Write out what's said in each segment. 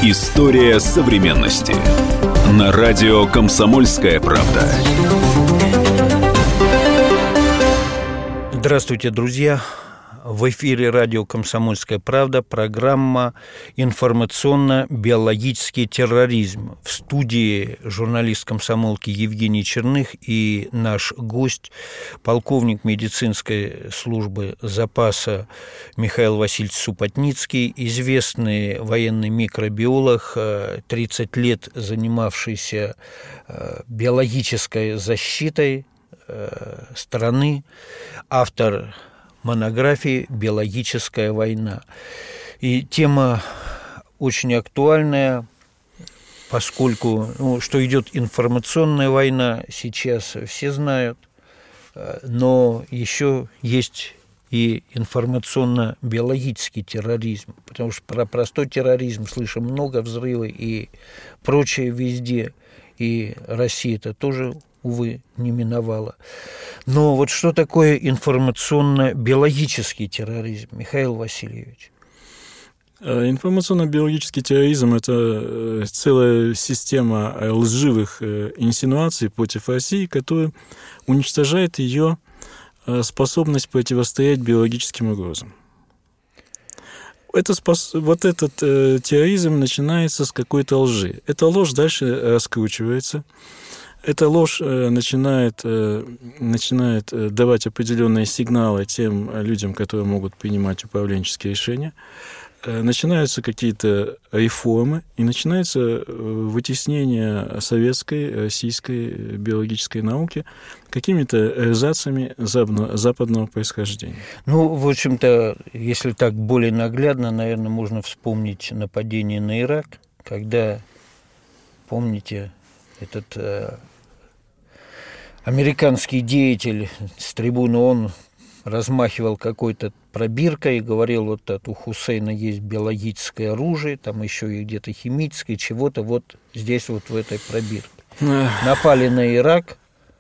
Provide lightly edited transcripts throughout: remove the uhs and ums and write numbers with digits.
История современности. На радио «Комсомольская правда». Здравствуйте, друзья! В эфире радио «Комсомольская правда», программа «Информационно-биологический терроризм». В студии журналист комсомолки Евгений Черных и наш гость, полковник медицинской службы запаса Михаил Васильевич Супотницкий, известный военный микробиолог, 30 лет занимавшийся биологической защитой страны, автор монографии «Биологическая война». И тема очень актуальная, поскольку, что идет информационная война, сейчас все знают, но еще есть и информационно-биологический терроризм, потому что про простой терроризм слышим много, взрывы и прочее везде, и Россия это тоже, увы, не миновала. Но вот что такое информационно-биологический терроризм, Михаил Васильевич? Информационно-биологический терроризм – это целая система лживых инсинуаций против России, которая уничтожает ее способность противостоять биологическим угрозам. Вот этот терроризм начинается с какой-то лжи. Эта ложь дальше раскручивается. Эта ложь начинает давать определенные сигналы тем людям, которые могут принимать управленческие решения. Начинаются какие-то реформы, и начинается вытеснение советской, российской биологической науки какими-то эрзацами западного происхождения. В общем-то, если так более наглядно, наверное, можно вспомнить нападение на Ирак, когда, помните, этот американский деятель с трибуны ООН размахивал какой-то пробиркой и говорил, вот у Хусейна есть биологическое оружие, там еще и где-то химическое, чего-то вот здесь вот в этой пробирке. Напали на Ирак,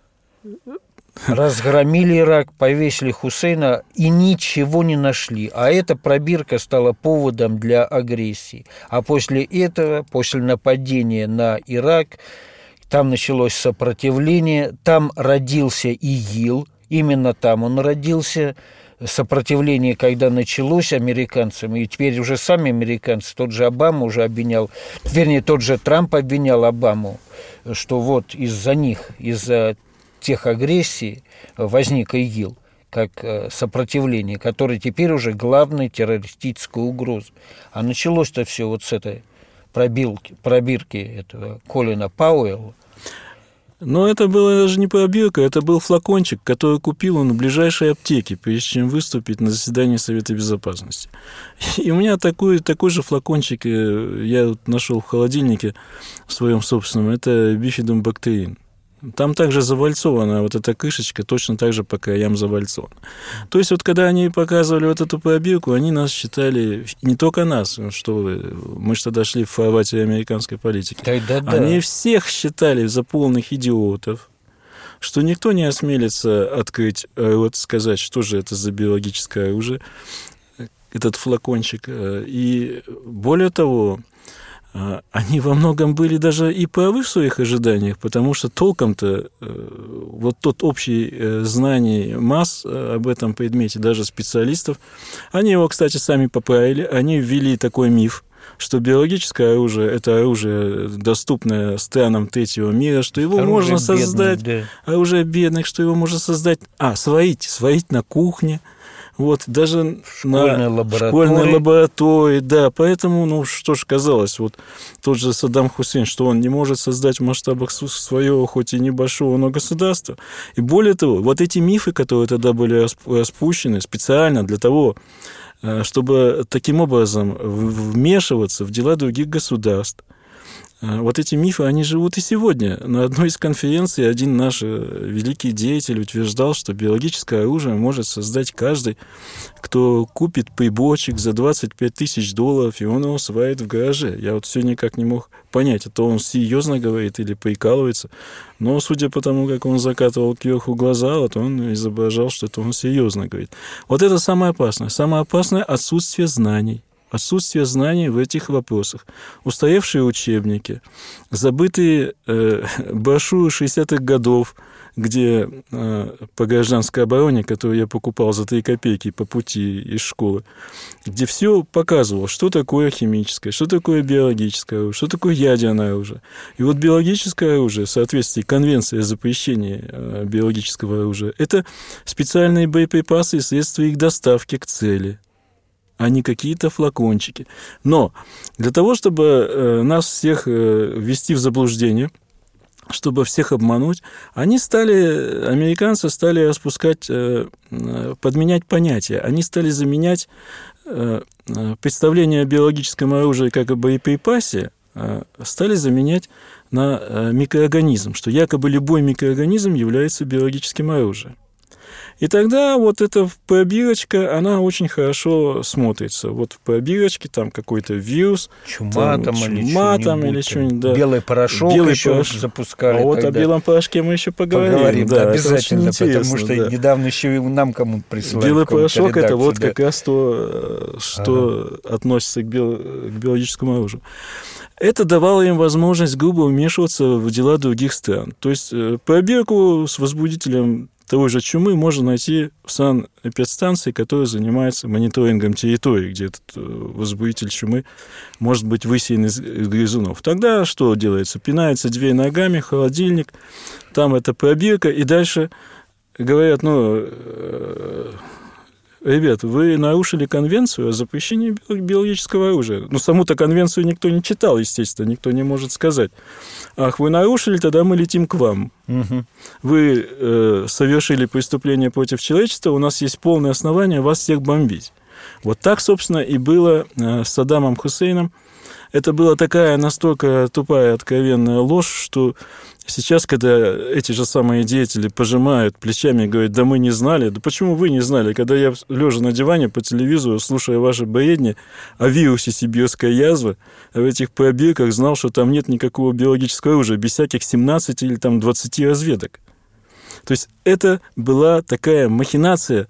разгромили Ирак, повесили Хусейна и ничего не нашли. А эта пробирка стала поводом для агрессии. А после этого, после нападения на Ирак, там началось сопротивление, там родился ИГИЛ, именно там он родился. Сопротивление, когда началось американцам, и теперь уже сами американцы, тот же Обама уже обвинял, тот же Трамп обвинял Обаму, что вот из-за них, из-за тех агрессий возник ИГИЛ, как сопротивление, которое теперь уже главная террористическая угроза. А началось-то все вот с этой пробирки этого Колина Пауэлла. Но это была даже не пробирка, это был флакончик, который купил он в ближайшей аптеке, прежде чем выступить на заседании Совета Безопасности. И у меня такой же флакончик я нашел в холодильнике в своем собственном, это бифидумбактерин. Там также завальцована вот эта крышечка, точно так же по краям завальцована. То есть вот когда они показывали вот эту пробирку, они нас считали, не только нас, что мы что дошли в фарватере американской политики, они всех считали за полных идиотов, что никто не осмелится открыть рот, сказать, что же это за биологическое оружие, этот флакончик. И более того, они во многом были даже и правы в своих ожиданиях, потому что толком-то вот тот общий знание масс об этом предмете, даже специалистов, они его, кстати, сами поправили, они ввели такой миф, что биологическое оружие – это оружие, доступное странам третьего мира, что его оружие можно создать, бедных, да. Оружие бедных, что его можно создать, сварить на кухне, вот, даже школьной лаборатории, да, поэтому, что ж казалось, вот тот же Саддам Хусейн, что он не может создать в масштабах своего, хоть и небольшого, но государства. И более того, вот эти мифы, которые тогда были распущены специально для того, чтобы таким образом вмешиваться в дела других государств, вот эти мифы, они живут и сегодня. На одной из конференций один наш великий деятель утверждал, что биологическое оружие может создать каждый, кто купит приборчик за $25 тысяч, и он его сварит в гараже. Я вот все никак не мог понять, это он серьезно говорит или прикалывается. Но, судя по тому, как он закатывал кверху глаза, вот он изображал, что это он серьезно говорит. Вот это самое опасное. Самое опасное – отсутствие знаний. отсутствие знаний в этих вопросах, устаревшие учебники, забытые брошюры 60-х годов, где по гражданской обороне, которую я покупал за 3 копейки по пути из школы, где все показывало, что такое химическое, что такое биологическое оружие, что такое ядерное оружие. И вот биологическое оружие, в соответствии с Конвенцией о запрещении биологического оружия, это специальные боеприпасы и средства их доставки к цели, а не какие-то флакончики. Но для того, чтобы нас всех ввести в заблуждение, чтобы всех обмануть, американцы стали распускать, подменять понятия. Они стали заменять представление о биологическом оружии как о боеприпасе, стали заменять на микроорганизм, что якобы любой микроорганизм является биологическим оружием. И тогда вот эта пробирочка, она очень хорошо смотрится. Вот в пробирочке там какой-то вирус. Чума или что-нибудь. Да. Белый порошок запускали. А вот тогда. О белом порошке мы еще поговорим. Да, обязательно, потому что недавно еще и нам кому-то присылали. Белый порошок – это вот как раз то, что относится к биологическому оружию. Это давало им возможность грубо вмешиваться в дела других стран. То есть пробирку с возбудителем того же чумы можно найти в санэпидстанции, которая занимается мониторингом территории, где этот возбудитель чумы может быть высеян из грызунов. Тогда что делается? Пинается дверь ногами, холодильник, там эта пробирка, и дальше говорят, ребят, вы нарушили конвенцию о запрещении биологического оружия. Саму-то конвенцию никто не читал, естественно, никто не может сказать. Ах, вы нарушили, тогда мы летим к вам. Угу. Вы совершили преступление против человечества, у нас есть полное основание вас всех бомбить. Вот так, собственно, и было с Саддамом Хусейном. Это была такая настолько тупая, откровенная ложь, что сейчас, когда эти же самые деятели пожимают плечами и говорят, да мы не знали, да почему вы не знали, когда я, лежа на диване по телевизору, слушая ваши бредни о вирусе сибирской язвы, в этих пробирках знал, что там нет никакого биологического оружия, без всяких 17 или там 20 разведок. То есть это была такая махинация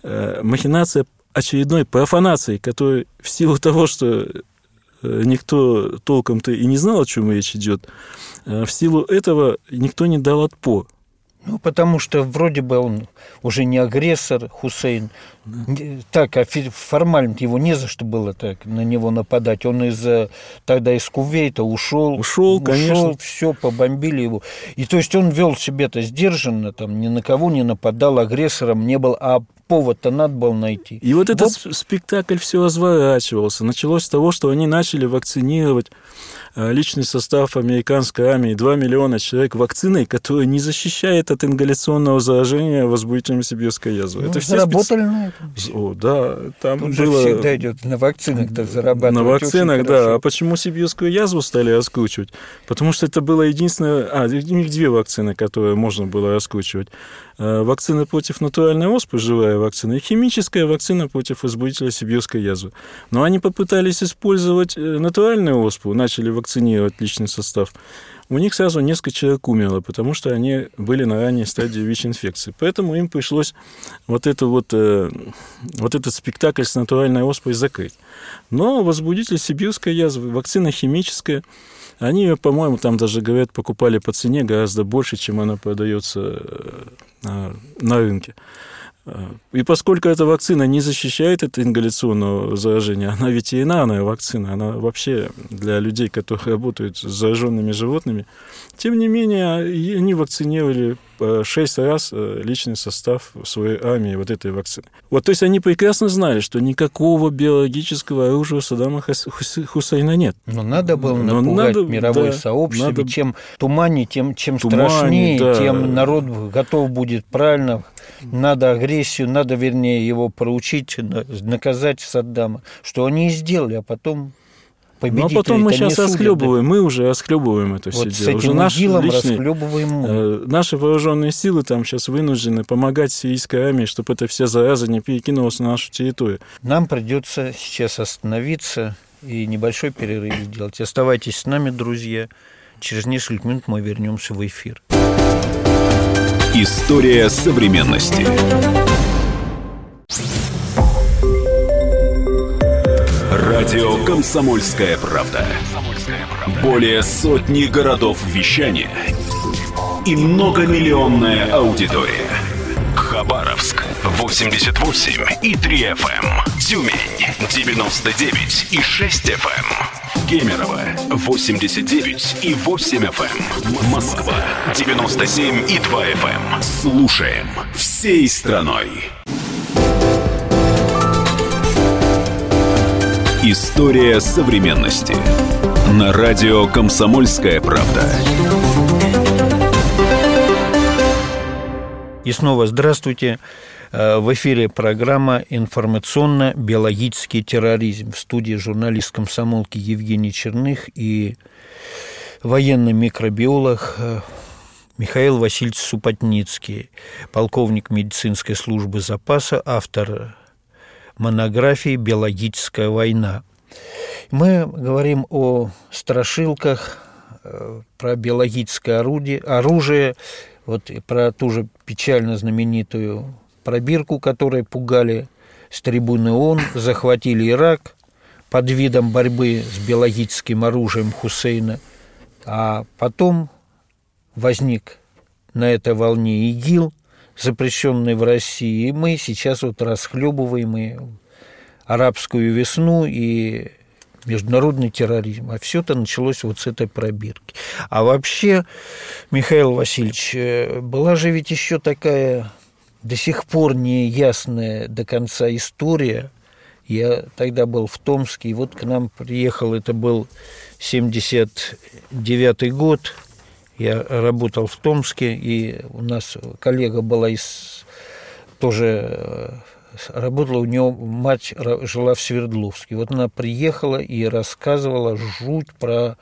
очередной профанации, которая в силу того, что никто толком-то и не знал, о чем речь идет, в силу этого никто не дал отпор. Потому что вроде бы он уже не агрессор, Хусейн. Так, формально его не за что было так на него нападать. Он тогда из Кувейта ушел, конечно. Все, побомбили его. И то есть он вел себя-то сдержанно, там, ни на кого не нападал, агрессором не был, а повод-то надо было найти. И вот этот спектакль все разворачивался. Началось с того, что они начали вакцинировать личный состав американской армии, 2 миллиона человек вакциной, которая не защищает от ингаляционного заражения возбудителями сибирской язвы. Это все заработали на этом. Да, там тут было... же всегда идет на вакцинах-то зарабатывать. На вакцинах, да. А почему сибирскую язву стали раскручивать? Потому что это было единственное... у них 2 вакцины, которые можно было раскручивать. Вакцина против натуральной оспы, живая вакцина, и химическая вакцина против возбудителя сибирской язвы. Но они попытались использовать натуральную оспу, начали вакцинировать личный состав. У них сразу несколько человек умерло, потому что они были на ранней стадии ВИЧ-инфекции. Поэтому им пришлось вот этот спектакль с натуральной оспой закрыть. Но возбудитель сибирской язвы, вакцина химическая, они ее, по-моему, там даже, говорят, покупали по цене гораздо больше, чем она продается на рынке. И поскольку эта вакцина не защищает от ингаляционного заражения, она ветеринарная вакцина, она вообще для людей, которые работают с зараженными животными, тем не менее, они вакцинировали 6 раз личный состав своей армии вот этой вакцины. То есть они прекрасно знали, что никакого биологического оружия у Саддама Хусейна нет. Но надо было напугать мировое сообщество. Чем туманнее, чем страшнее, тем народ готов будет правильно. Надо агрессию, надо, его проучить, наказать Саддама, что они и сделали, а потом... А потом мы сейчас расхлебываем, мы уже расхлебываем это все дело. С этим ИГИЛом расхлебываем мы. Наши вооруженные силы там сейчас вынуждены помогать сирийской армии, чтобы эта вся зараза не перекинулась на нашу территорию. Нам придется сейчас остановиться и небольшой перерыв сделать. Оставайтесь с нами, друзья. Через несколько минут мы вернемся в эфир. История современности. Радио «Комсомольская правда». Более сотни городов вещания и многомиллионная аудитория. Хабаровск 88,3 FM. Тюмень 99,6 FM. Кемерово 89,8 FM. Москва 97,2 FM. Слушаем всей страной. История современности. На радио «Комсомольская правда». И снова здравствуйте. В эфире программа «Информационно-биологический терроризм». В студии журналист комсомолки Евгений Черных и военный микробиолог Михаил Васильевич Супотницкий, полковник медицинской службы запаса, автор монографии «Биологическая война». Мы говорим о страшилках, про биологическое оружие, вот про ту же печально знаменитую пробирку, которой пугали с трибуны ООН, захватили Ирак под видом борьбы с биологическим оружием Хусейна, а потом возник на этой волне ИГИЛ, запрещенный в России, и мы сейчас вот расхлебываем и арабскую весну, и международный терроризм. А все это началось вот с этой пробирки. А вообще, Михаил Васильевич, была же ведь еще такая до сих пор не ясная до конца история. Я тогда был в Томске, и вот к нам приехал, это был 79-й год, я работал в Томске, и у нас коллега была тоже работала, у нее мать жила в Свердловске. Вот она приехала и рассказывала жуть про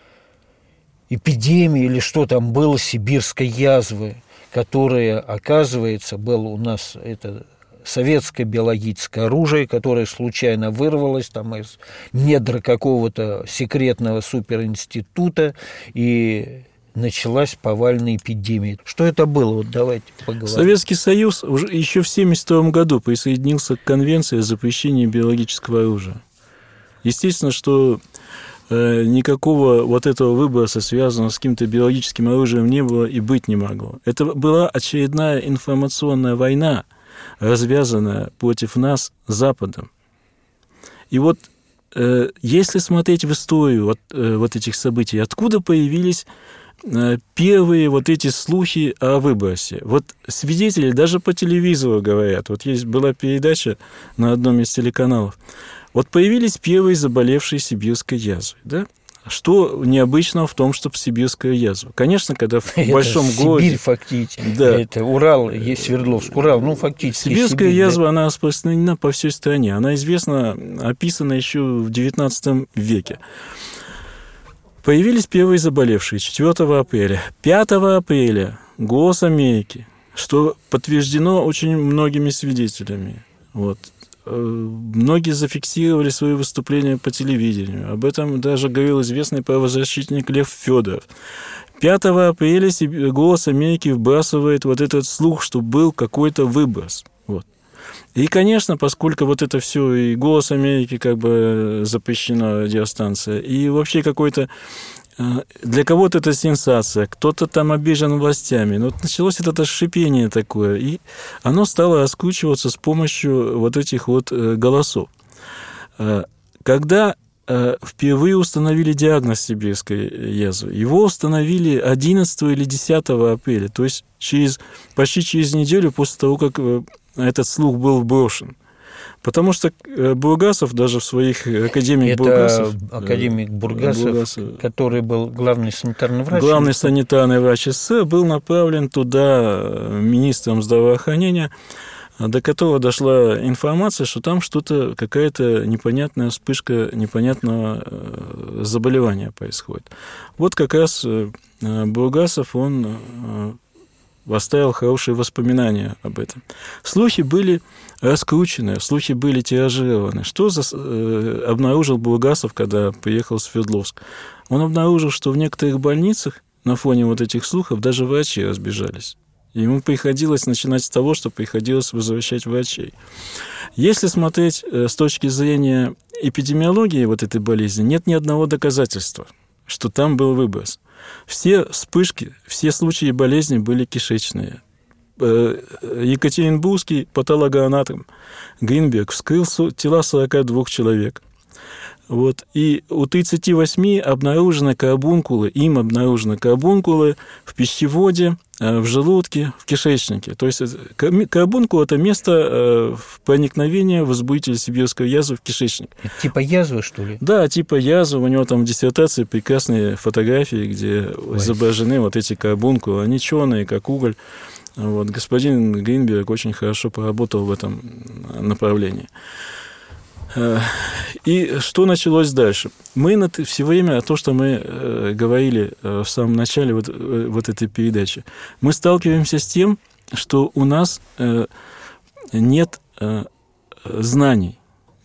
эпидемию или что там было, сибирской язвы, которая, оказывается, было у нас это советское биологическое оружие, которое случайно вырвалось там из недр какого-то секретного суперинститута, и началась повальная эпидемия. Что это было? Вот давайте поговорим. Советский Союз уже еще в 1972 году присоединился к Конвенции о запрещении биологического оружия. Естественно, что никакого вот этого выброса, связанного с каким-то биологическим оружием, не было и быть не могло. Это была очередная информационная война, развязанная против нас Западом. И вот если смотреть в историю вот этих событий, откуда появились первые вот эти слухи о выбросе. Вот свидетели даже по телевизору говорят. Вот была передача на одном из телеканалов. Вот появились первые заболевшие сибирской язвой, да? Что необычного в том, чтобы сибирская язва? Конечно, когда в большом городе... Сибирь фактически. Да. Это Урал, есть Свердловск, Урал, ну, фактически Сибирская Сибирь, язва, да? она распространена по всей стране. Она известна, описана еще в XIX веке. Появились первые заболевшие 4 апреля. 5 апреля «Голос Америки», что подтверждено очень многими свидетелями. Вот. Многие зафиксировали свои выступления по телевидению. Об этом даже говорил известный правозащитник Лев Федоров. 5 апреля «Голос Америки» вбрасывает вот этот слух, что был какой-то выброс. Вот. И, конечно, поскольку вот это все, и «Голос Америки» как бы запрещена радиостанция, и вообще какой-то для кого-то это сенсация, кто-то там обижен властями. Но вот началось это шипение такое, и оно стало раскручиваться с помощью вот этих вот голосов. Когда впервые установили диагноз сибирской язвы, его установили 11 или 10 апреля, то есть почти через неделю после того, как этот слух был вброшен. Потому что Бургасов даже в своих академиях Бургасов... Это академик Бургасов, который был главный санитарный врач. Главный санитарный врач СССР был направлен туда министром здравоохранения, до которого дошла информация, что там что-то, какая-то непонятная вспышка непонятного заболевания происходит. Вот как раз Бургасов, он оставил хорошие воспоминания об этом. Слухи были раскручены, слухи были тиражированы. Что обнаружил Бургасов, когда приехал в Свердловск? Он обнаружил, что в некоторых больницах на фоне вот этих слухов даже врачи разбежались. Ему приходилось начинать с того, что приходилось возвращать врачей. Если смотреть с точки зрения эпидемиологии вот этой болезни нет ни одного доказательства, что там был выброс. Все вспышки, все случаи болезни были кишечные. Екатеринбургский патологоанатом Гринберг вскрыл тела 42 человек. Вот. И у 38 обнаружены карбункулы в пищеводе, в желудке, в кишечнике. То есть карбункул – это место проникновения возбудителя сибирской язвы в кишечник. Это типа язвы, что ли? Да, типа язвы. У него там в диссертации прекрасные фотографии, где изображены вот эти карбункулы. Они черные, как уголь. Вот. Господин Гринберг очень хорошо поработал в этом направлении. И что началось дальше? Мы все время, то, что мы говорили в самом начале вот этой передачи, мы сталкиваемся с тем, что у нас нет знаний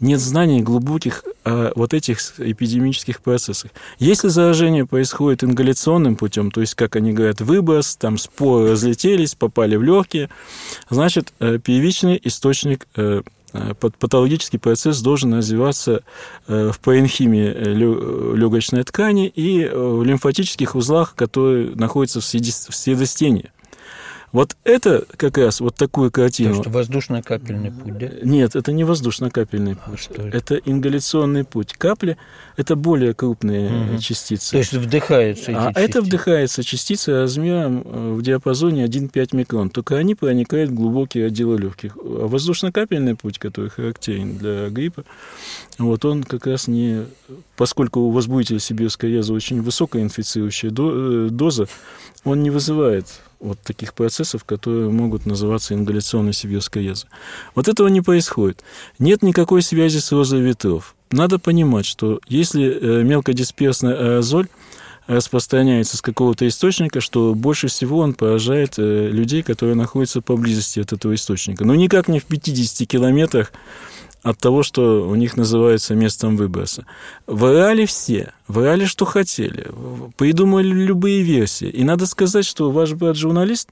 глубоких о вот этих эпидемических процессах. Если заражение происходит ингаляционным путем, то есть, как они говорят, выброс, там споры разлетелись, попали в легкие, значит, первичный источник патологический процесс должен развиваться в паренхиме легочной ткани и в лимфатических узлах, которые находятся в средостении. Вот это как раз вот такую картину. То, что воздушно-капельный путь, да? Нет, это не воздушно-капельный путь. Это ингаляционный путь. Капли – это более крупные частицы. То есть вдыхаются эти частицы. Это вдыхается частицы размером в диапазоне 1,5 микрон. Только они проникают в глубокие отделы легких. А воздушно-капельный путь, который характерен для гриппа, вот он как раз не... Поскольку у возбудителя сибирской язвы очень высокая инфицирующая доза, он не вызывает вот таких процессов, которые могут называться ингаляционной сибирской язвой. Вот этого не происходит. Нет никакой связи с розой ветров. Надо понимать, что если мелкодисперсный аэрозоль распространяется с какого-то источника, что больше всего он поражает людей, которые находятся поблизости от этого источника. Но никак не в 50 километрах от того, что у них называется местом выброса. Врали все, врали, что хотели, придумали любые версии. И надо сказать, что ваш брат-журналист,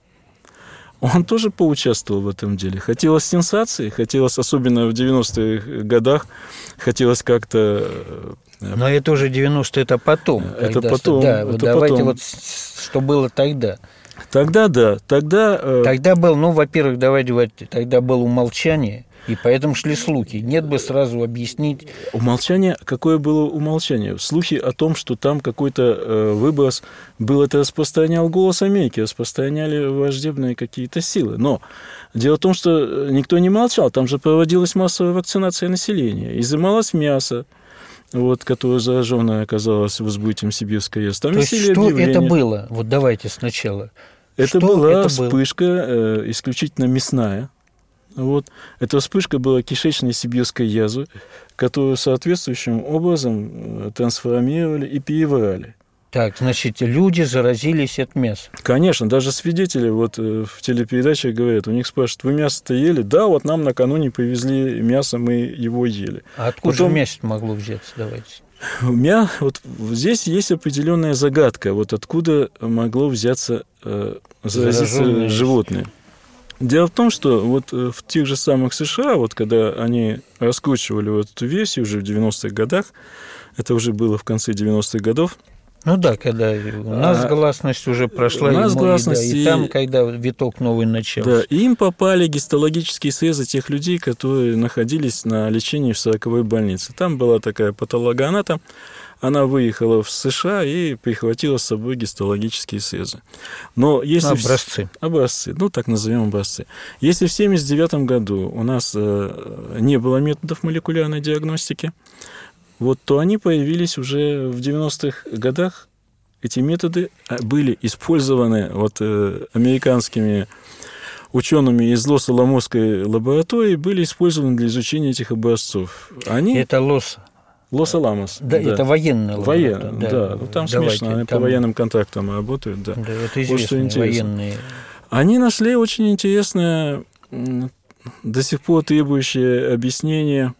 он тоже поучаствовал в этом деле. Хотелось сенсации, хотелось, особенно в 90-х годах, хотелось как-то... Но это уже 90-е, это потом. Это потом. Да, это давайте потом. Вот что было тогда. Тогда, да. Тогда был, во-первых, тогда было умолчание, и поэтому шли слухи. Нет бы сразу объяснить... Умолчание, какое было умолчание? Слухи о том, что там какой-то выброс был, это распространял «Голос Америки», распространяли враждебные какие-то силы. Но дело в том, что никто не молчал. Там же проводилась массовая вакцинация населения. Изымалось мясо, которое зараженное оказалось возбудителем сибирской язвы. Там то есть что объявления. Это было? Вот давайте сначала. Это была вспышка исключительно мясная. Эта вспышка была кишечной сибирской язвы, которую соответствующим образом трансформировали и переврали. Так, значит, люди заразились от мяса. Конечно, даже свидетели в телепередачах говорят, у них спрашивают, вы мясо-то ели? Да, нам накануне привезли мясо, мы его ели. А откуда же мясо могло взяться, давайте? Здесь есть определенная загадка, откуда могло взяться заразиться животное. Дело в том, что в тех же самых США, когда они раскручивали эту версию уже в 90-х годах, это уже было в конце 90-х годов. Когда у нас гласность уже прошла, и там, когда виток новый начался. Да, и им попали гистологические срезы тех людей, которые находились на лечении в 40-й больнице. Там была такая патологоанатом, она выехала в США и прихватила с собой гистологические срезы. Но если образцы, так назовем образцы. Если в 1979 году у нас не было методов молекулярной диагностики, то они появились уже в 90-х годах. Эти методы были использованы американскими учеными из Лос-Аламосской лаборатории, были использованы для изучения этих образцов. Это Лос-Аламос. Да, это военная лаборатория. Да. Там смешно, они по военным контрактам работают. Да, это известные военные. Они нашли очень интересное, до сих пор требующее объяснение,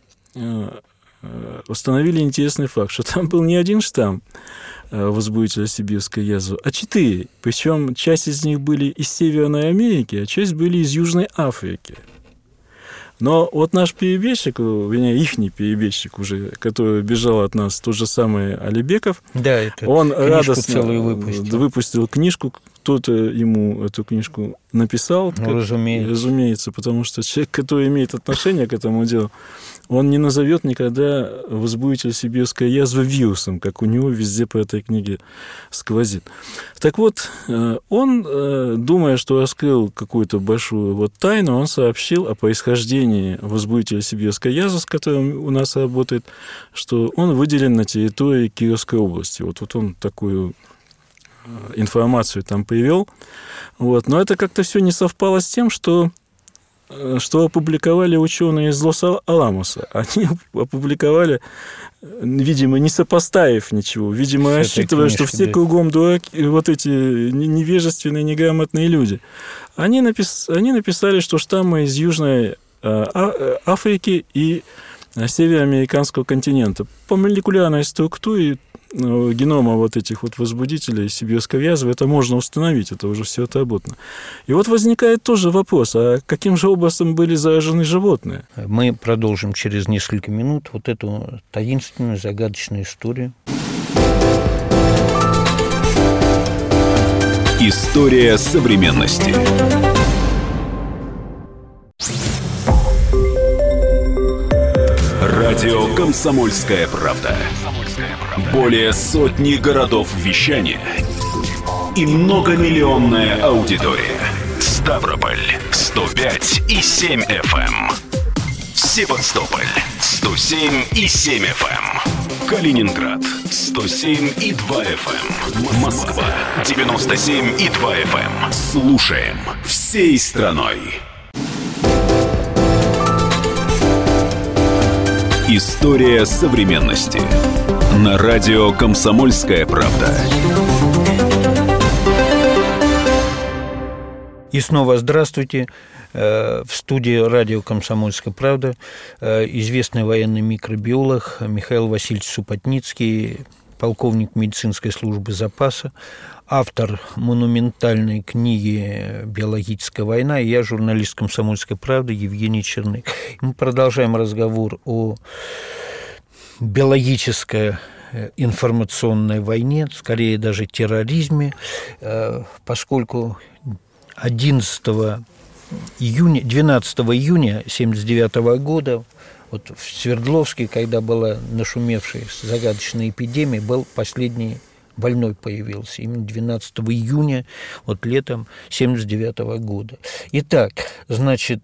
установили интересный факт, что там был не один штамм возбудителя сибирской язвы, а 4. Причем часть из них были из Северной Америки, а часть были из Южной Африки. Но вот наш перебежчик, вернее, ихний перебежчик уже, который бежал от нас, тот же самый Алибеков, да, он радостно выпустил книжку, кто-то ему эту книжку написал, разумеется, потому что человек, который имеет отношение к этому делу, он не назовет никогда возбудитель сибирской язвы вирусом, как у него везде по этой книге сквозит. Так вот, он, думая, что раскрыл какую-то большую вот тайну, он сообщил о происхождении возбудителя сибирской язвы, с которым у нас работает, что он выделен на территории Кировской области. Вот он такую информацию там привел. Вот. Но это как-то все не совпало с тем, что опубликовали ученые из Лос-Аламоса. Они опубликовали, видимо, не сопоставив ничего, видимо, рассчитывая, что все кругом дураки, вот эти невежественные, неграмотные люди. Они написали, что штаммы из Южной Африки и североамериканского континента. По молекулярной структуре генома вот этих вот возбудителей сибирской язвы, это можно установить, это уже все отработано. И вот возникает тоже вопрос, а каким же образом были заражены животные? Мы продолжим через несколько минут вот эту таинственную, загадочную историю. История современности. Радио «Комсомольская правда». Более сотни городов вещания и многомиллионная аудитория. Ставрополь 105,7 FM. Севастополь 107,7 FM. Калининград 107,2 FM. Москва 97,2 FM. Слушаем всей страной. История современности. На радио «Комсомольская правда». И снова здравствуйте. В студии радио «Комсомольская правда» известный военный микробиолог Михаил Васильевич Супотницкий, полковник медицинской службы запаса, автор монументальной книги «Биологическая война», и я, журналист «Комсомольской правды» Евгений Черных. Мы продолжаем разговор о биологической информационной войне, скорее даже терроризме, поскольку 12 июня 1979 года вот в Свердловске, когда была нашумевшая загадочная эпидемия, был последний больной появился. Именно 12 июня, вот летом 1979 года. Итак, значит,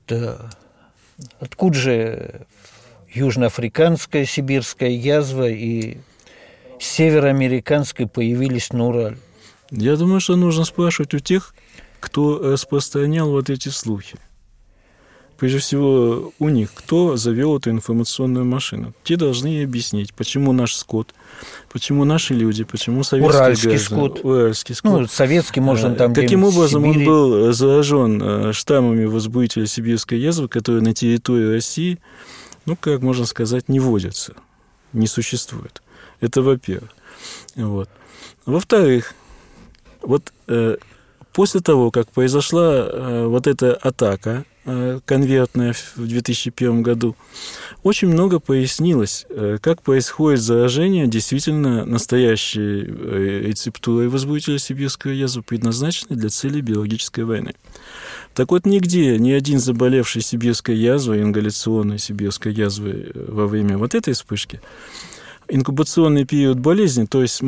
откуда же южноафриканская сибирская язва и североамериканская появились на Урале? Я думаю, что нужно спрашивать у тех, кто распространял вот эти слухи. Прежде всего, у них, кто завел эту информационную машину. Те должны объяснить, почему наш скот, почему наши люди, почему советские Уральский скот. Ну, советский, можно там каким образом он был заражен штаммами возбудителя сибирской язвы, которые на территории России, ну, как можно сказать, не водятся, не существует. Это во-первых. Вот. Во-вторых, вот после того, как произошла вот эта атака конвертная в 2001 году, очень много пояснилось, как происходит заражение действительно настоящей рецептурой возбудителя сибирской язвы, предназначенной для целей биологической войны. Так вот, нигде ни один заболевший сибирской язвой, ингаляционной сибирской язвой во время вот этой вспышки, инкубационный период болезни, то есть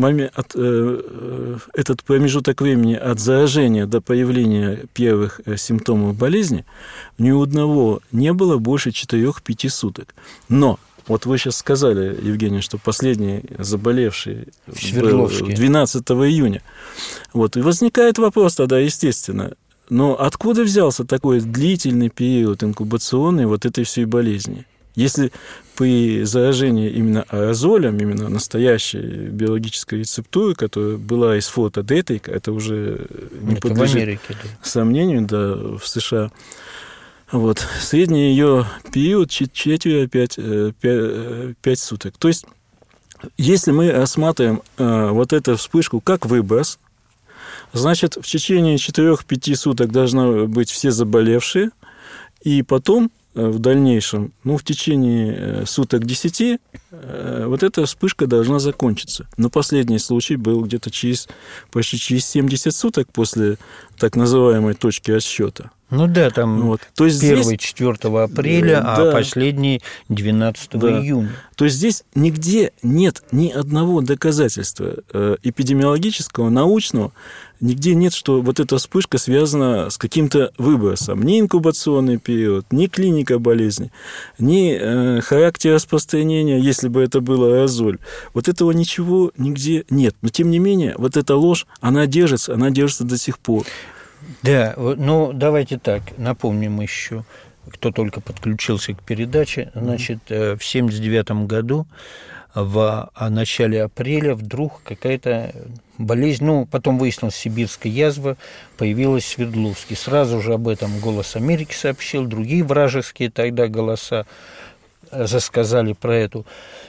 этот промежуток времени от заражения до появления первых симптомов болезни, ни у одного не было больше 4-5 суток. Но, вот вы сейчас сказали, Евгений, что последний заболевший был 12 июня. Вот, и возникает вопрос тогда, естественно, но откуда взялся такой длительный период инкубационный вот этой всей болезни? Если при заражении именно аэрозолем, именно настоящей биологической рецептуры, которая была из форта Детрика, это уже не подлежит сомнению, да, в США. Вот. Средний ее период 4-5 суток. То есть, если мы рассматриваем вот эту вспышку как выброс, значит, в течение 4-5 суток должны быть все заболевшие, и потом в дальнейшем, в течение суток 10, вот эта вспышка должна закончиться. Но последний случай был где-то почти через 70 суток после так называемой точки отсчета. Там То есть первый 4 апреля, а последний 12 июня. То есть здесь нигде нет ни одного доказательства эпидемиологического, научного, нигде нет, что вот эта вспышка связана с каким-то выбросом. Ни инкубационный период, ни клиника болезни, ни характер распространения, если бы это был аэрозоль. Вот этого ничего нигде нет. Но, тем не менее, вот эта ложь, она держится до сих пор. Да, давайте так, напомним еще, кто только подключился к передаче. Значит, в 1979 году, в начале апреля, вдруг какая-то болезнь, потом выяснилось, сибирская язва, появилась в Свердловске. Сразу же об этом «Голос Америки» сообщил, другие вражеские тогда голоса засказали про эту.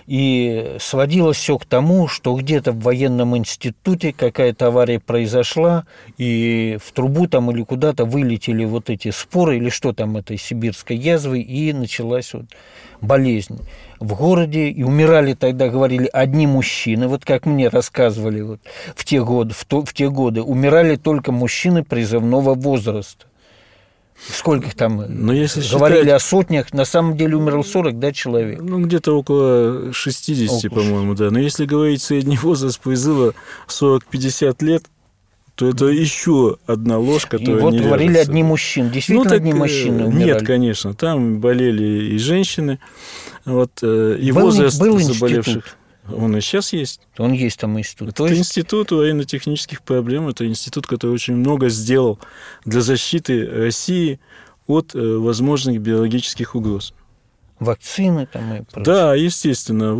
И сводилось все к тому, что где-то в военном институте какая-то авария произошла, и в трубу там или куда-то вылетели вот эти споры, или что там этой сибирской язвы, и началась болезнь в городе. И умирали тогда, говорили, одни мужчины. Вот как мне рассказывали в те годы, умирали только мужчины призывного возраста. Сколько их там говорили о сотнях, на самом деле умерло 40, человек. Где-то около 60, по-моему, да. Но если говорить средний возраст призыва 40-50 лет, то это еще одна ложь, которая не говорили вяжется. Одни мужчины. Действительно, одни мужчины умирали? Нет, конечно. Там болели и женщины, и был возраст заболевших. Институт. Он и сейчас есть. Он есть там институт. Это институт военно-технических проблем. Это институт, который очень много сделал для защиты России от возможных биологических угроз. Вакцины там и прочее. Да, естественно.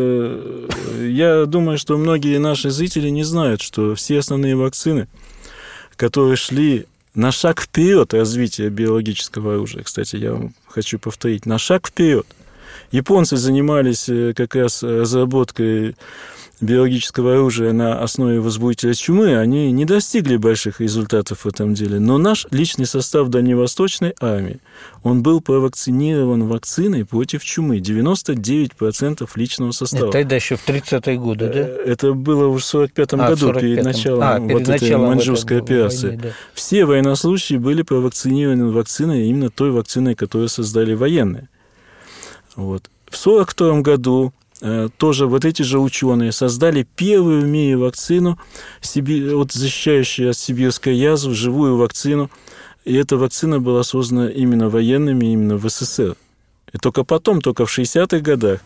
Я думаю, что многие наши зрители не знают, что все основные вакцины, которые шли на шаг вперед развития биологического оружия, кстати, я вам хочу повторить, на шаг вперед. Японцы занимались как раз разработкой биологического оружия на основе возбудителя чумы. Они не достигли больших результатов в этом деле. Но наш личный состав Дальневосточной армии, он был провакцинирован вакциной против чумы. 99% личного состава. Это тогда еще в 30-е годы, да? Это было уже в 1945 году, перед началом этой маньчжурской операции. Войны, да. Все военнослужащие были провакцинированы вакциной, именно той вакциной, которую создали военные. В 1942 году тоже эти же ученые создали первую в мире вакцину, защищающую от сибирской язвы, живую вакцину. И эта вакцина была создана именно военными, именно в СССР. И только потом, только в 60-х годах,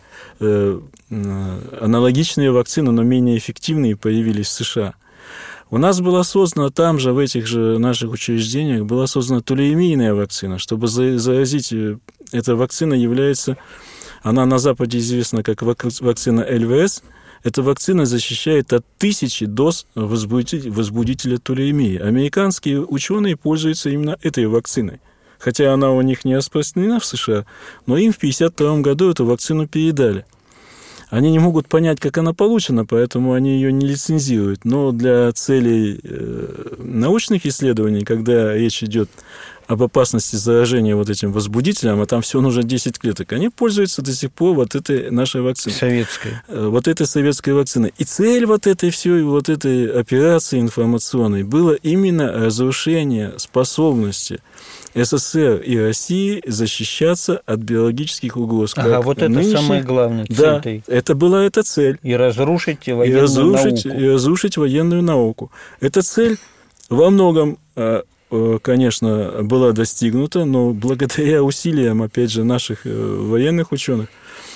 аналогичные вакцины, но менее эффективные, появились в США. У нас была создана там же, в этих же наших учреждениях, была создана тулеемийная вакцина. Чтобы заразить, эта вакцина является, она на Западе известна как вакцина ЛВС. Эта вакцина защищает от 1000 доз возбудителя тулеемии. Американские ученые пользуются именно этой вакциной. Хотя она у них не распространена в США, но им в 1952 году эту вакцину передали. Они не могут понять, как она получена, поэтому они ее не лицензируют. Но для целей научных исследований, когда речь идет об опасности заражения этим возбудителем, а там всего нужно 10 клеток, они пользуются до сих пор этой нашей вакциной. Советской. Этой советской вакциной. И цель этой всей этой операции информационной было именно разрушение способности СССР и России защищаться от биологических угроз. Это самое главное. Да, это была эта цель. И разрушить военную науку. И разрушить военную науку. Эта цель во многом, конечно, была достигнута, но благодаря усилиям, опять же, наших военных ученых,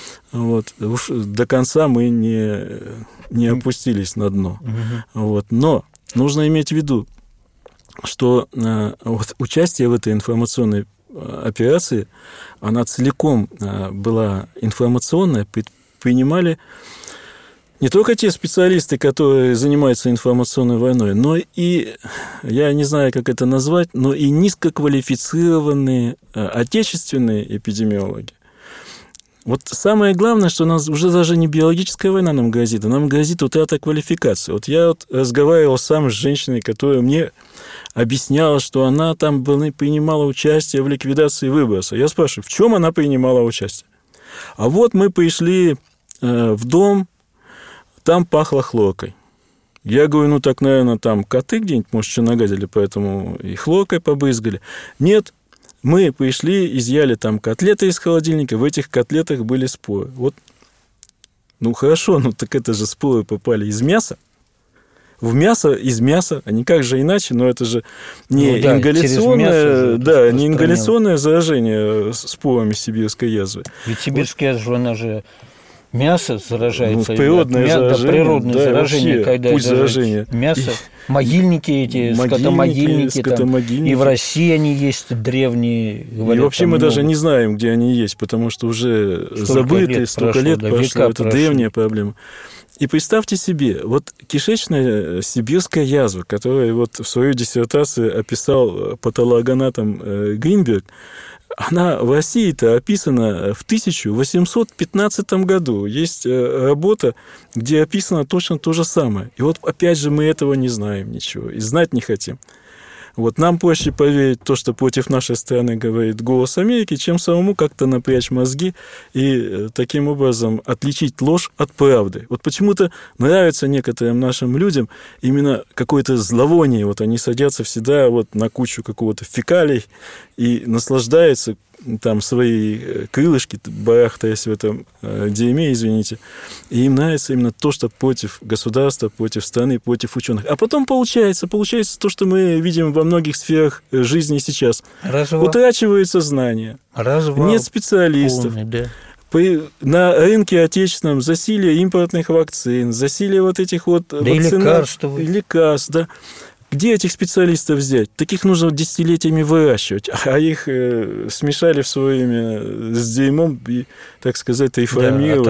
уж до конца мы не опустились на дно. Но нужно иметь в виду, что участие в этой информационной операции, она целиком была информационная, принимали не только те специалисты, которые занимаются информационной войной, но и, я не знаю, как это назвать, но и низкоквалифицированные отечественные эпидемиологи. Вот самое главное, что у нас уже даже не биологическая война нам грозит, а нам грозит утрата квалификации. Вот я разговаривал сам с женщиной, которая мне объясняла, что она там принимала участие в ликвидации выброса. Я спрашиваю, в чем она принимала участие? А вот мы пришли в дом, там пахло хлоркой. Я говорю, ну так, наверное, там коты где-нибудь, может, что нагадили, поэтому и хлоркой побрызгали. Нет, мы пришли, изъяли там котлеты из холодильника, в этих котлетах были споры. Вот, ну хорошо, ну так это же споры попали из мяса. В мясо из мяса, а никак же иначе, но это же не ингаляционное, не ингаляционное заражение спорами сибирской язвы. Ведь сибирская язва, она же мясо заражается. Природное заражение. Природное заражение, вообще, когда пусть заражение. Мясо. Могильники эти, скотомогильники. Там, и в России они есть древние. Говорят, и вообще мы даже не знаем, где они есть, потому что уже забыты, столько лет прошло. Это древняя проблема. И представьте себе, вот кишечная сибирская язва, которую вот в свою диссертацию описал патологоанатом Гринберг, она в России-то описана в 1815 году. Есть работа, где описано точно то же самое. И вот опять же мы этого не знаем ничего и знать не хотим. Вот нам проще поверить в то, что против нашей страны говорит «Голос Америки», чем самому как-то напрячь мозги и таким образом отличить ложь от правды. Вот почему-то нравится некоторым нашим людям именно какое-то зловоние. Вот они садятся всегда вот на кучу какого-то фекалий и наслаждаются там свои крылышки, барахтаясь в этом дерьме, извините. И им нравится именно то, что против государства, против страны, против ученых. А потом получается то, что мы видим во многих сферах жизни сейчас. Утрачиваются знания. Нет специалистов. Полный, да. На рынке отечественном засилие импортных вакцин, засилие вот этих вот вакцин, лекарств, да. Где этих специалистов взять? Таких нужно десятилетиями выращивать, а их смешали в свое время с дерьмом и, так сказать, реформировали.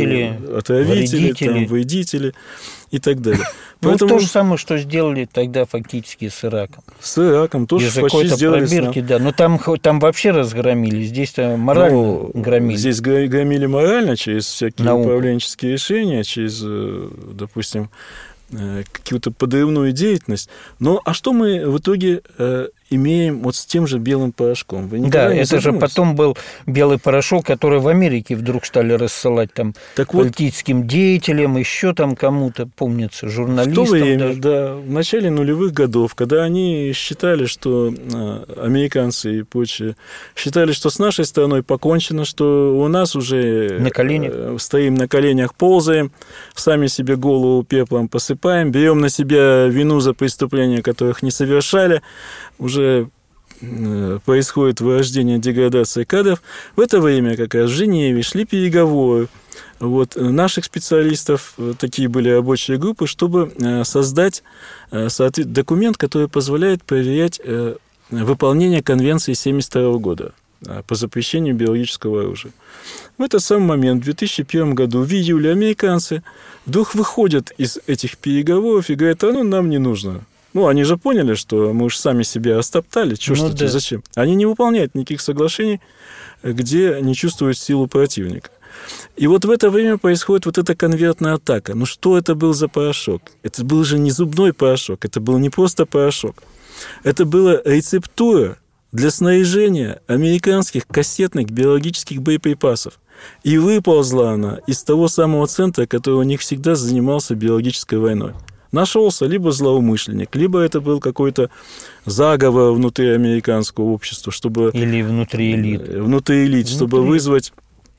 Отравители, вредители и так далее. Поэтому... то же самое, что сделали тогда фактически с Ираком. С Ираком тоже из-за какой-то пробирки, да. Но там вообще разгромили, здесь-то морально громили. Здесь громили морально через всякие управленческие решения, через, допустим, какую-то подрывную деятельность. Но а что мы в итоге имеем вот с тем же белым порошком? Вы да, это же потом был белый порошок, который в Америке вдруг стали рассылать там политическим деятелям, еще там кому-то, помнится, журналистам. В то время, да, в начале нулевых годов, когда они считали, что американцы и прочие считали, что с нашей страной покончено, что у нас уже стоим на коленях, ползаем, сами себе голову пеплом посыпаем, берем на себя вину за преступления, которых не совершали, уже происходит вырождение, деградация кадров. В это время как раз в Женеве шли переговоры вот, наших специалистов, такие были рабочие группы, чтобы создать документ, который позволяет проверять выполнение Конвенции 1972 года по запрещению биологического оружия. В этот самый момент, в 2001 году, в июле, американцы вдруг выходят из этих переговоров и говорят, нам не нужно. Они же поняли, что мы уж сами себя остоптали, зачем? Они не выполняют никаких соглашений, где не чувствуют силу противника. И вот в это время происходит вот эта конвертная атака. Что это был за порошок? Это был же не зубной порошок, это был не просто порошок. Это была рецептура для снаряжения американских кассетных биологических боеприпасов. И выползла она из того самого центра, который у них всегда занимался биологической войной. Нашелся либо злоумышленник, либо это был какой-то заговор внутри американского общества, чтобы... Или внутри элит. Внутри элит, чтобы вызвать,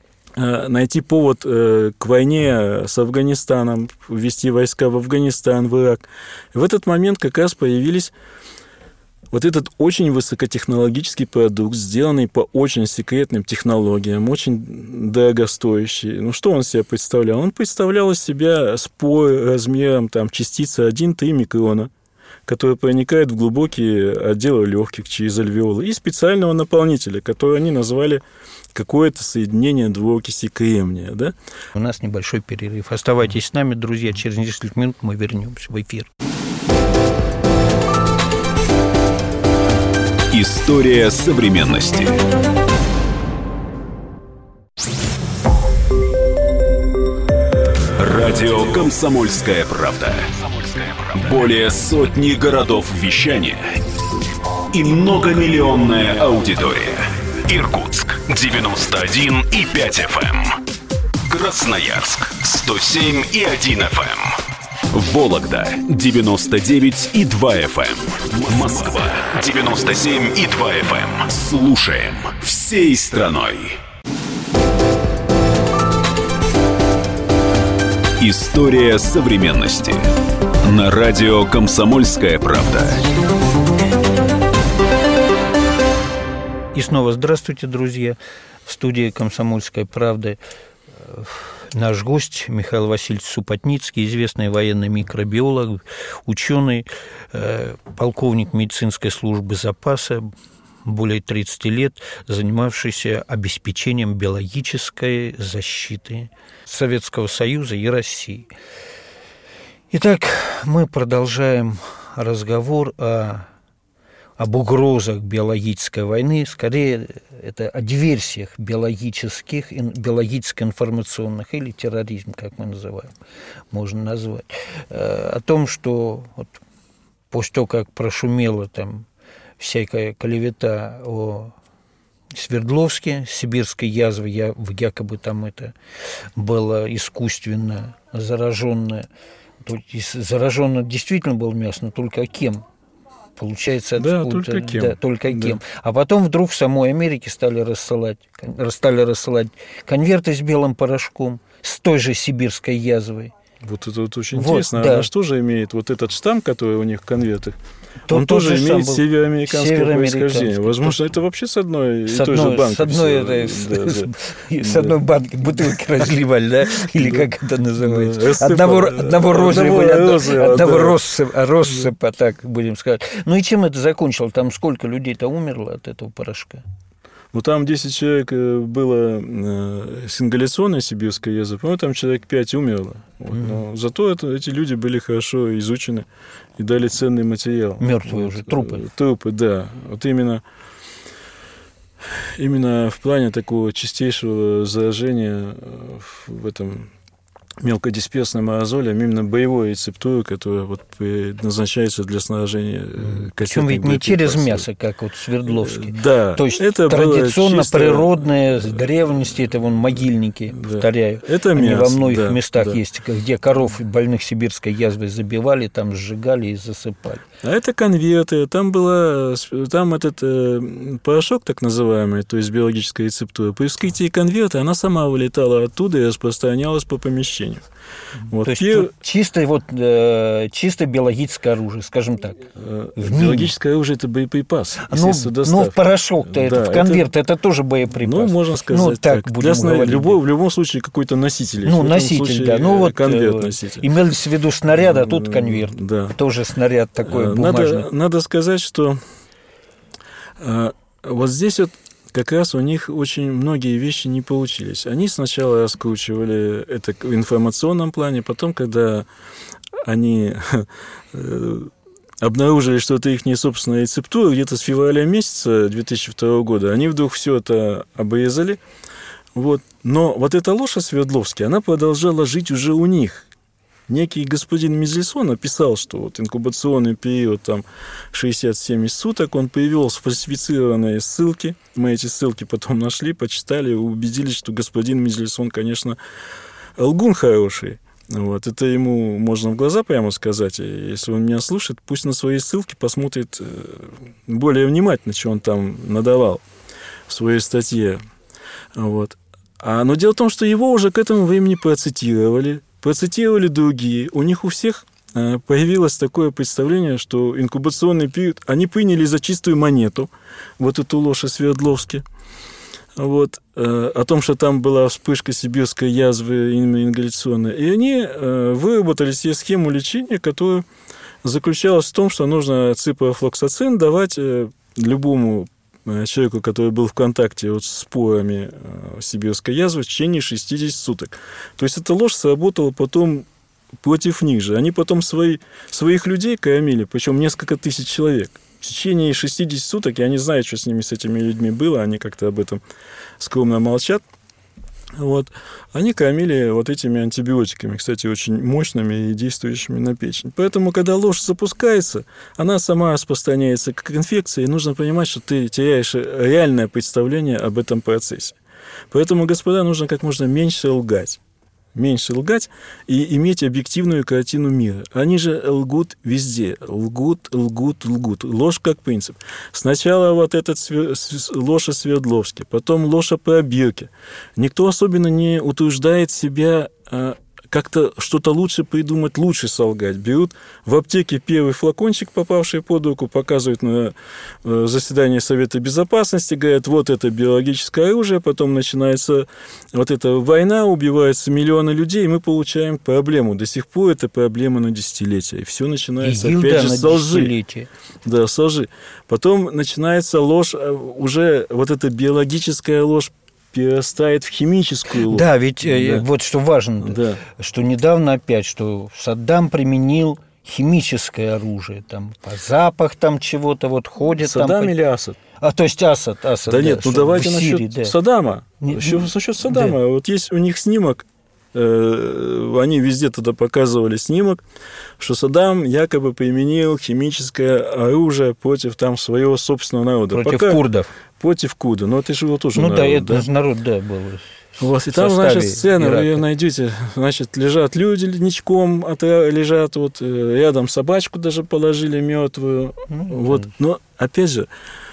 найти повод к войне с Афганистаном, ввести войска в Афганистан, в Ирак. И в этот момент как раз появились вот этот очень высокотехнологический продукт, сделанный по очень секретным технологиям, очень дорогостоящий. Что он себя представлял? Он представлял из себя спор размером частицы 1-3 микрона, который проникает в глубокие отделы легких через альвеолы, и специального наполнителя, который они назвали какое-то соединение двуокиси кремния. Да? У нас небольшой перерыв. Оставайтесь с нами, друзья. Через несколько минут мы вернемся в эфир. История современности. Радио «Комсомольская правда». Более сотни городов вещания и многомиллионная аудитория. Иркутск 91,5 FM. Красноярск 107,1 FM. Вологда 99,2 FM. Москва 97,2 FM. Слушаем всей страной. История современности. На радио «Комсомольская правда». И снова здравствуйте, друзья. В студии «Комсомольской правды» наш гость Михаил Васильевич Супотницкий, известный военный микробиолог, ученый, полковник медицинской службы запаса, более 30 лет занимавшийся обеспечением биологической защиты Советского Союза и России. Итак, мы продолжаем разговор об угрозах биологической войны, скорее это о диверсиях биологическо-информационных или терроризм, как мы называем, можно назвать. О том, что вот после того, как прошумела там всякая клевета о Свердловске, сибирской язвы, якобы там это было искусственно зараженное. Заражено действительно было мясо, но только кем? Получается, да, только кем. Да, только кем. Да. А потом вдруг в самой Америке стали рассылать конверты с белым порошком с той же сибирской язвой. Вот это вот очень интересно. Да. Она что же имеет? Вот этот штамм, который у них в конвертах, он тоже имеет североамериканское происхождение. Возможно, это вообще с одной и той же банки. С одной банки бутылки разливали, да? Или как это называется? Одного розового, одного россыпа, так будем сказать. Ну и чем это закончилось? Там сколько людей-то умерло от этого порошка? Ну, там 10 человек было с ингаляционной сибирской язвой, по-моему, там человек 5 умерло. Вот. Но зато эти люди были хорошо изучены и дали ценный материал. Мертвые уже, трупы. Трупы, да. Вот именно в плане такого чистейшего заражения в этом мелкодисперсным аэрозолем, именно боевой рецептуры, которая вот предназначается для снабжения кассетных. Причем ведь не через мясо, как вот в Свердловске. Да. То есть это традиционно чисто природные древности, это вон могильники, да. Повторяю. Это они мясо, во многих местах есть, где коров больных сибирской язвой забивали, там сжигали и засыпали. А это конверты, там этот порошок так называемый, то есть биологическая рецептура. При вскрытии конверта она сама вылетала оттуда и распространялась по помещению. Вот. То есть чисто биологическое оружие, скажем так. Биологическое оружие – это боеприпас. Ну, порошок-то, это в конверт, это тоже боеприпас. Ну, можно сказать так. В любом случае какой-то носитель. Ну, носитель, да. Ну, вот конверт-носитель. Имелось в виду снаряд, а тут конверт. Да. Тоже снаряд такой бумажный. Надо сказать, что вот здесь вот как раз у них очень многие вещи не получились. Они сначала раскручивали это в информационном плане, потом, когда они обнаружили, что это их не собственная рецептура, где-то с февраля месяца 2002 года, они вдруг все это обрезали. Вот. Но вот эта ложь о Свердловске, она продолжала жить уже у них. Некий господин Мизельсон написал, что вот инкубационный период там 60-70 суток, он привел сфальсифицированные ссылки. Мы эти ссылки потом нашли, почитали и убедились, что господин Мизельсон, конечно, лгун хороший. Вот. Это ему можно в глаза прямо сказать. И если он меня слушает, пусть на свои ссылки посмотрит более внимательно, что он там надавал в своей статье. Вот. Но дело в том, что его уже к этому времени процитировали другие. У них у всех появилось такое представление, что инкубационный период они приняли за чистую монету, вот эту ложь о Свердловске. Вот, о том, что там была вспышка сибирской язвы именно ингаляционной. И они выработали себе схему лечения, которая заключалась в том, что нужно ципрофлоксацин давать любому человеку, который был в контакте вот с спорами сибирской язвы в течение 60 суток. То есть эта ложь сработала потом против них же. Они потом своих людей кормили, причем несколько тысяч человек. В течение 60 суток, я не знаю, что с ними, с этими людьми было, они как-то об этом скромно молчат. Вот. Они кормили вот этими антибиотиками, кстати, очень мощными и действующими на печень. Поэтому, когда ложь запускается, она сама распространяется как инфекция, и нужно понимать, что ты теряешь реальное представление об этом процессе. Поэтому, господа, нужно как можно меньше лгать и иметь объективную картину мира. Они же лгут везде. Лгут. Ложь как принцип. Сначала вот этот ложь о Свердловске, потом ложь о пробирке. Никто особенно не утверждает себя как-то что-то лучше придумать, лучше солгать. Берут в аптеке первый флакончик, попавший под руку, показывают на заседании Совета Безопасности, говорят, вот это биологическое оружие, потом начинается вот эта война, убиваются миллионы людей, и мы получаем проблему. До сих пор это проблема на десятилетия. И все начинается, опять же, с лжи. Да, с лжи. Потом начинается ложь, уже вот эта биологическая ложь, перерастает в химическую ложь. Да, ведь вот что важно, что недавно опять, что Саддам применил химическое оружие, там, по запах там чего-то вот ходит. Саддам или Асад? То есть Асад. Да нет, давайте насчет Саддама. Насчет Саддама. Да. Вот есть у них снимок, они везде тогда показывали снимок, что Саддам якобы применил химическое оружие против там своего собственного народа. Против курдов. Против курдов. Но это же его тоже народ. Это народ, был. Вот, и там, значит, сцена, Ирака. Вы ее найдете, значит, лежат люди ничком, лежат вот рядом собачку даже положили мертвую. Вот. Но, опять же,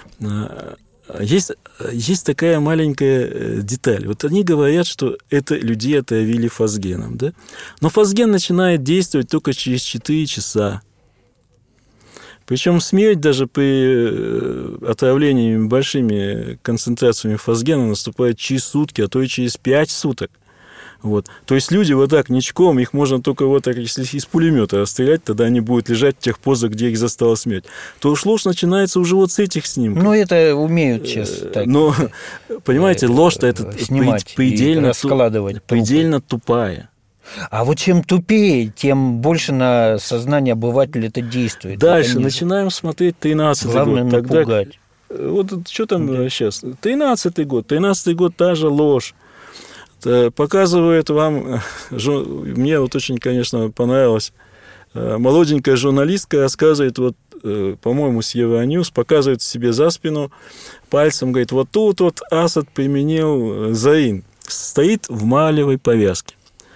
есть такая маленькая деталь. Вот они говорят, что это людей отравили фосгеном, да? Но фосген начинает действовать только через 4 часа. Причем смерть даже при отравлении большими концентрациями фосгена наступает через сутки, а то и через 5 суток. Вот. То есть люди вот так ничком, их можно только вот так, если из пулемета расстрелять, тогда они будут лежать в тех позах, где их застала смерть. То уж ложь начинается уже вот с этих снимков. Ну, это умеют сейчас так. Но, понимаете, ложь-то это снимать предельно тупая. А вот чем тупее, тем больше на сознание обывателя это действует. Дальше начинаем смотреть 13-й год. Главное напугать. Вот что там сейчас? 13-й год. 13-й год та же ложь. Показывает вам, мне вот очень, конечно, понравилось, молоденькая журналистка рассказывает, вот, по-моему, с Евроньюз, показывает себе за спину пальцем, говорит, вот тут вот Асад применил заин, стоит в малевой повязке.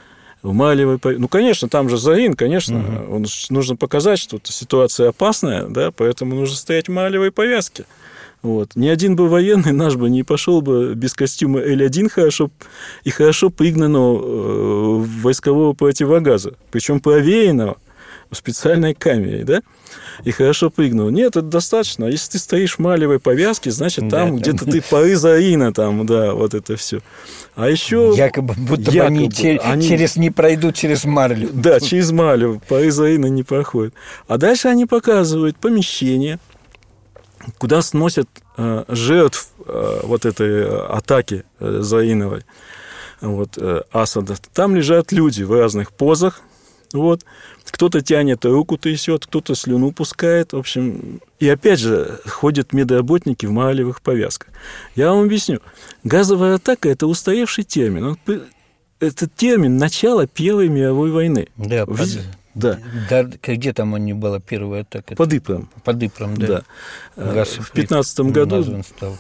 Ну, конечно, там же заин, конечно, нужно показать, что ситуация опасная, да, поэтому нужно стоять в малевой повязке. Вот. Ни один бы военный наш бы не пошел бы без костюма Л-1 хорошо пригнанного войскового противогаза, причем проверенного в специальной камере, да, и хорошо пригнал. Нет, это достаточно. Если ты стоишь в малевой повязке, значит, там где-то ты поры заина, там, да, вот это все. А еще якобы они не пройдут через марлю. Да, через марлю, поры заина не проходят. А дальше они показывают помещение, куда сносят жертв вот этой атаки заиновой, вот, Асада. Там лежат люди в разных позах. Вот. Кто-то тянет, руку трясет, кто-то слюну пускает. В общем, и опять же ходят медработники в малевых повязках. Я вам объясню. Газовая атака – это устаревший термин. Это термин начала Первой мировой войны. Да, да. Где там не была первая атака? Под Ипром. Да. В 15 году,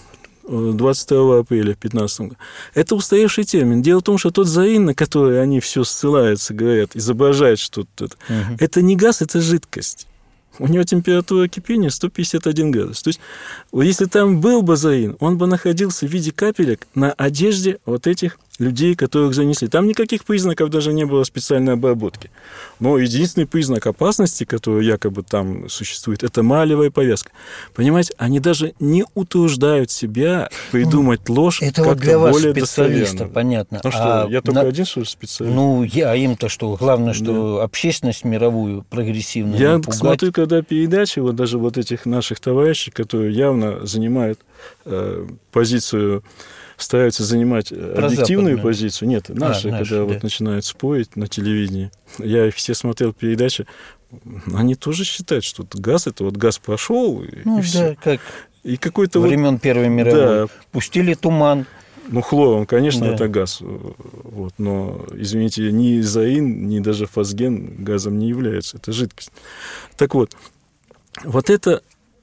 22 апреля в 15 году. Это устаревший термин. Дело в том, что тот заин, на который они все ссылаются, говорят, изображают что-то, это не газ, это жидкость. У него температура кипения 151 градус. То есть, если там был бы заин, он бы находился в виде капелек на одежде вот этих людей, которых занесли. Там никаких признаков даже не было специальной обработки. Но единственный признак опасности, который якобы там существует, это малевая повязка. Понимаете, они даже не утруждают себя придумать ложь это как-то вот для вас, более специалиста, достоверно. Понятно. Ну что, я только один, что ли, специалист? А им-то что? Главное, что общественность мировую прогрессивную я напугать. Смотрю, когда передачи, вот даже вот этих наших товарищей, которые явно занимают позицию, стараются занимать объективную позицию. Нет, наши, когда вот начинают спорить на телевидении, я их все смотрел передачи, они тоже считают, что газ, это вот газ прошел, и все. Как и какой-то времен Первой мировой. Да. Пустили туман. Ну, хлором, конечно, это газ. Вот, но, извините, ни изоин, ни даже фосген газом не являются. Это жидкость. Так вот, вот эта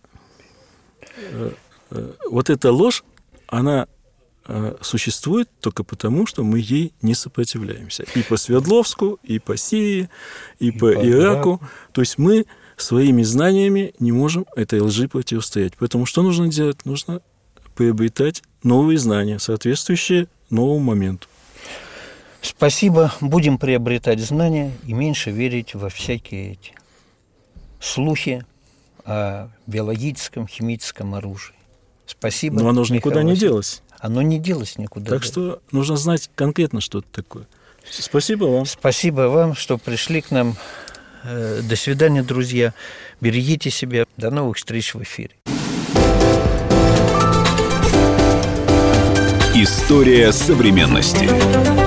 ложь, она существует только потому, что мы ей не сопротивляемся. И по Свердловску, и по Сирии, и по Ираку. То есть мы своими знаниями не можем этой лжи противостоять. Поэтому что нужно делать? Нужно приобретать новые знания, соответствующие новому моменту. Спасибо. Будем приобретать знания и меньше верить во всякие эти слухи о биологическом, химическом оружии. Спасибо. Но оно же никуда не делось. Оно не делось никуда. Так что нужно знать конкретно, что это такое. Спасибо вам. Спасибо вам, что пришли к нам. До свидания, друзья. Берегите себя. До новых встреч в эфире. История современности.